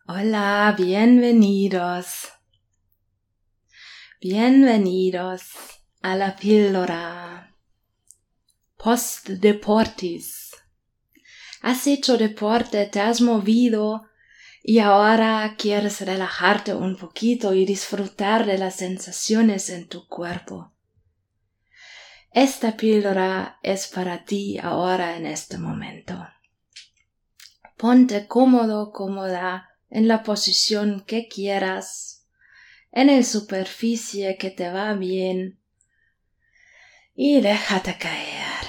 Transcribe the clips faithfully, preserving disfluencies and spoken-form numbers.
Hola, bienvenidos. Bienvenidos a la píldora post deportis. Has hecho deporte, te has movido y ahora quieres relajarte un poquito y disfrutar de las sensaciones en tu cuerpo. Esta píldora es para ti ahora en este momento. Ponte cómodo, cómoda en la posición que quieras, en la superficie que te va bien y déjate caer.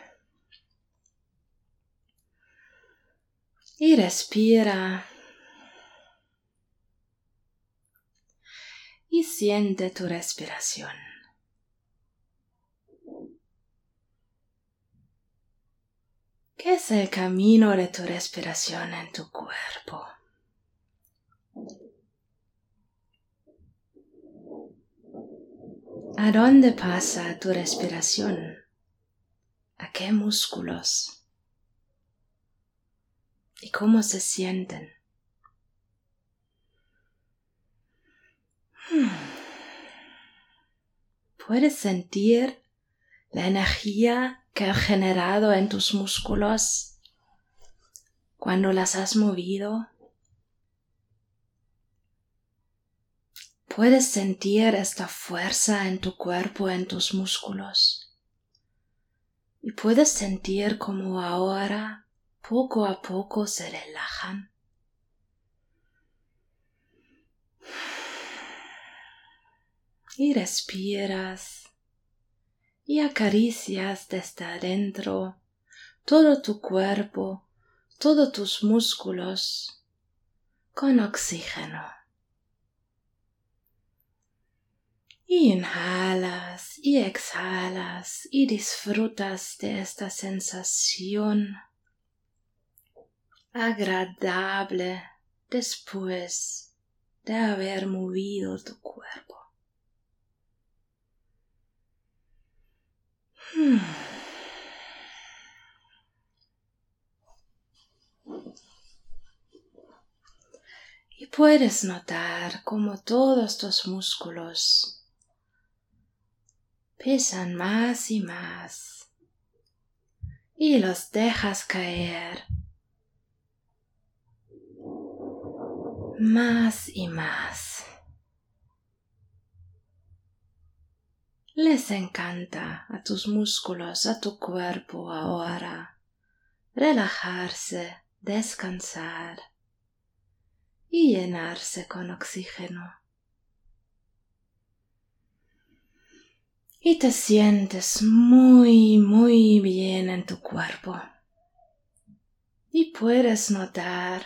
Y respira y siente tu respiración. ¿Qué es el camino de tu respiración en tu cuerpo? ¿A dónde pasa tu respiración? ¿A qué músculos? ¿Y cómo se sienten? ¿Puedes sentir la energía que ha generado en tus músculos cuando las has movido? ¿Puedes sentir esta fuerza en tu cuerpo, en tus músculos? Y puedes sentir cómo ahora, poco a poco, se relajan. Y respiras y acaricias desde adentro todo tu cuerpo, todos tus músculos con oxígeno. Y inhalas y exhalas y disfrutas de esta sensación agradable después de haber movido tu cuerpo. Hmm. Y puedes notar cómo todos tus músculos pesan más y más y los dejas caer más y más. Les encanta a tus músculos, a tu cuerpo ahora relajarse, descansar y llenarse con oxígeno. Y te sientes muy, muy bien en tu cuerpo. Y puedes notar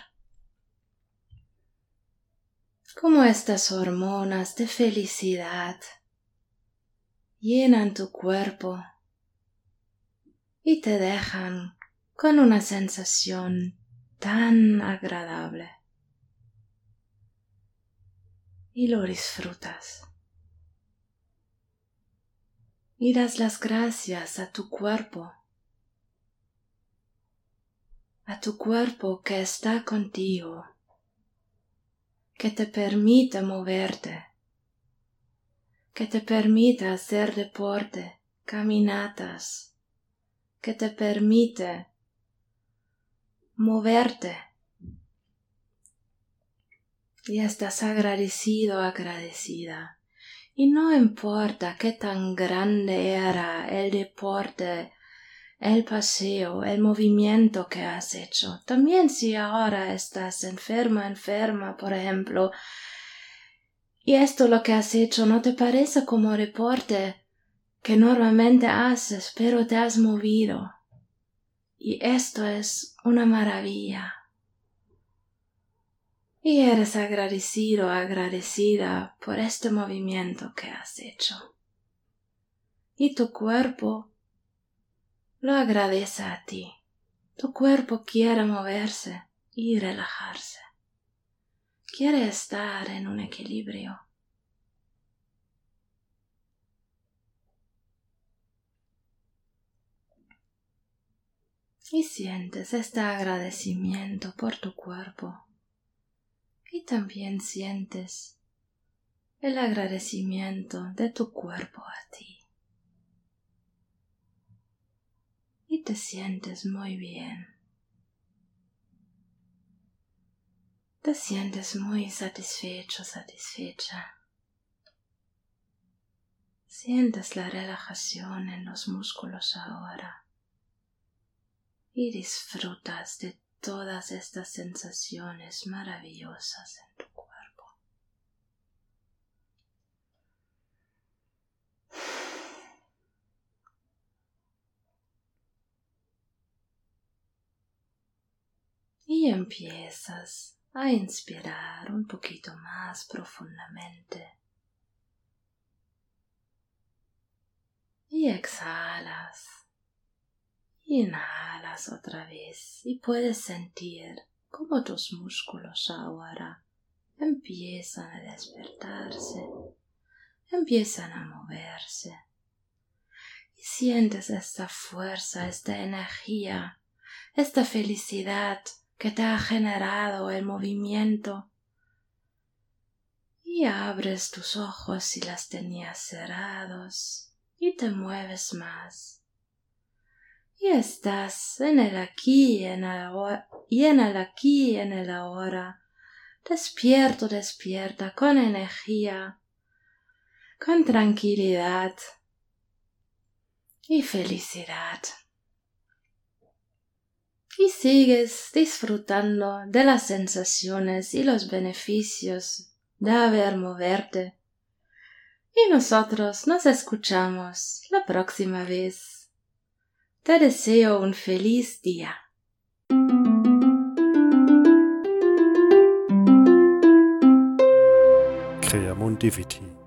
cómo estas hormonas de felicidad llenan tu cuerpo y te dejan con una sensación tan agradable. Y lo disfrutas. Y das las gracias a tu cuerpo, a tu cuerpo que está contigo, que te permite moverte, que te permite hacer deporte, caminatas, que te permite moverte. Y estás agradecido, agradecida. Y no importa qué tan grande era el deporte, el paseo, el movimiento que has hecho. También si ahora estás enferma, enferma, por ejemplo, y esto lo que has hecho no te parece como deporte que normalmente haces, pero te has movido. Y esto es una maravilla. Y eres agradecido, agradecida por este movimiento que has hecho. Y tu cuerpo lo agradece a ti. Tu cuerpo quiere moverse y relajarse. Quiere estar en un equilibrio. Y sientes este agradecimiento por tu cuerpo. Y también sientes el agradecimiento de tu cuerpo a ti. Y te sientes muy bien. Te sientes muy satisfecho, satisfecha. Sientes la relajación en los músculos ahora. Y disfrutas de todas estas sensaciones maravillosas en tu cuerpo. Y empiezas a inspirar un poquito más profundamente. Y exhalas. Inhalas otra vez y puedes sentir cómo tus músculos ahora empiezan a despertarse, empiezan a moverse. Y sientes esta fuerza, esta energía, esta felicidad que te ha generado el movimiento. Y abres tus ojos si las tenías cerrados y te mueves más. Y estás en el aquí y en el ahora, y en el aquí y en el ahora, despierto, despierta, con energía, con tranquilidad y felicidad. Y sigues disfrutando de las sensaciones y los beneficios de haber moverte. Y nosotros nos escuchamos la próxima vez. Te deseo un feliz día. Creamon Diviti.